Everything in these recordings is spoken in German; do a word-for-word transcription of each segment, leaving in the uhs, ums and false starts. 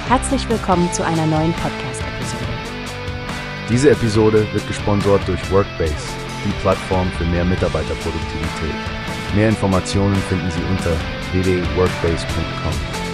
Herzlich willkommen zu einer neuen Podcast-Episode. Diese Episode wird gesponsert durch Workbase, die Plattform für mehr Mitarbeiterproduktivität. Mehr Informationen finden Sie unter w w w punkt workbase punkt com.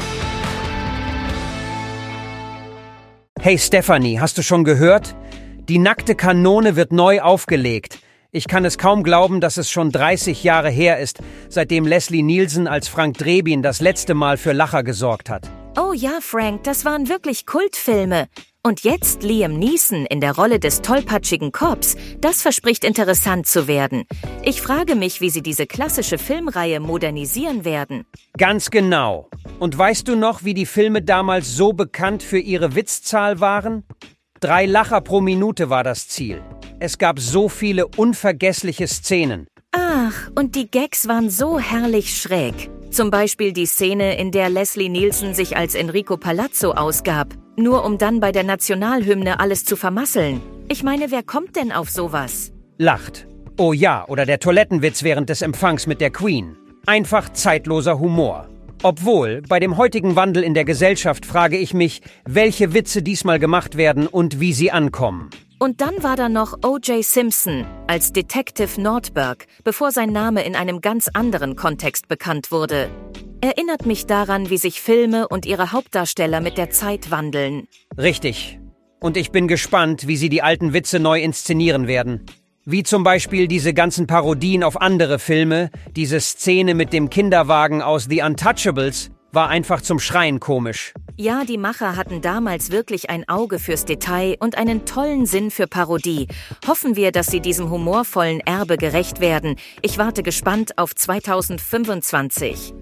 Hey Stephanie, hast du schon gehört? Die nackte Kanone wird neu aufgelegt. Ich kann es kaum glauben, dass es schon dreißig Jahre her ist, seitdem Leslie Nielsen als Frank Drebin das letzte Mal für Lacher gesorgt hat. Oh ja, Frank, das waren wirklich Kultfilme. Und jetzt Liam Neeson in der Rolle des tollpatschigen Cops, das verspricht interessant zu werden. Ich frage mich, wie sie diese klassische Filmreihe modernisieren werden. Ganz genau. Und weißt du noch, wie die Filme damals so bekannt für ihre Witzzahl waren? Drei Lacher pro Minute war das Ziel. Es gab so viele unvergessliche Szenen. Ach, und die Gags waren so herrlich schräg. Zum Beispiel die Szene, in der Leslie Nielsen sich als Enrico Palazzo ausgab, nur um dann bei der Nationalhymne alles zu vermasseln. Ich meine, wer kommt denn auf sowas? Lacht. Oh ja, oder der Toilettenwitz während des Empfangs mit der Queen. Einfach zeitloser Humor. Obwohl, bei dem heutigen Wandel in der Gesellschaft frage ich mich, welche Witze diesmal gemacht werden und wie sie ankommen. Und dann war da noch O J Simpson als Detective Nordberg, bevor sein Name in einem ganz anderen Kontext bekannt wurde. Erinnert mich daran, wie sich Filme und ihre Hauptdarsteller mit der Zeit wandeln. Richtig. Und ich bin gespannt, wie sie die alten Witze neu inszenieren werden. Wie zum Beispiel diese ganzen Parodien auf andere Filme. Diese Szene mit dem Kinderwagen aus The Untouchables war einfach zum Schreien komisch. Ja, die Macher hatten damals wirklich ein Auge fürs Detail und einen tollen Sinn für Parodie. Hoffen wir, dass sie diesem humorvollen Erbe gerecht werden. Ich warte gespannt auf zwanzig fünfundzwanzig.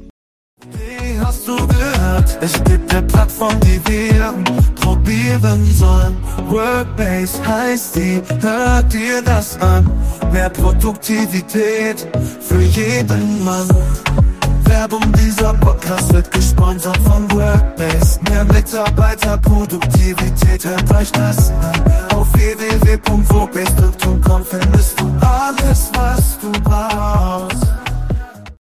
Wie hast du gehört? Es gibt eine Plattform, die wir probieren sollen. Workbase heißt die, hört dir das an. Mehr Produktivität für jeden Mann. Werbung, dieser Podcast wird gesponsert von Workbase. Mehr Mitarbeiterproduktivität, hört euch das an. Auf w w w punkt workbase punkt com findest du alles, was du brauchst.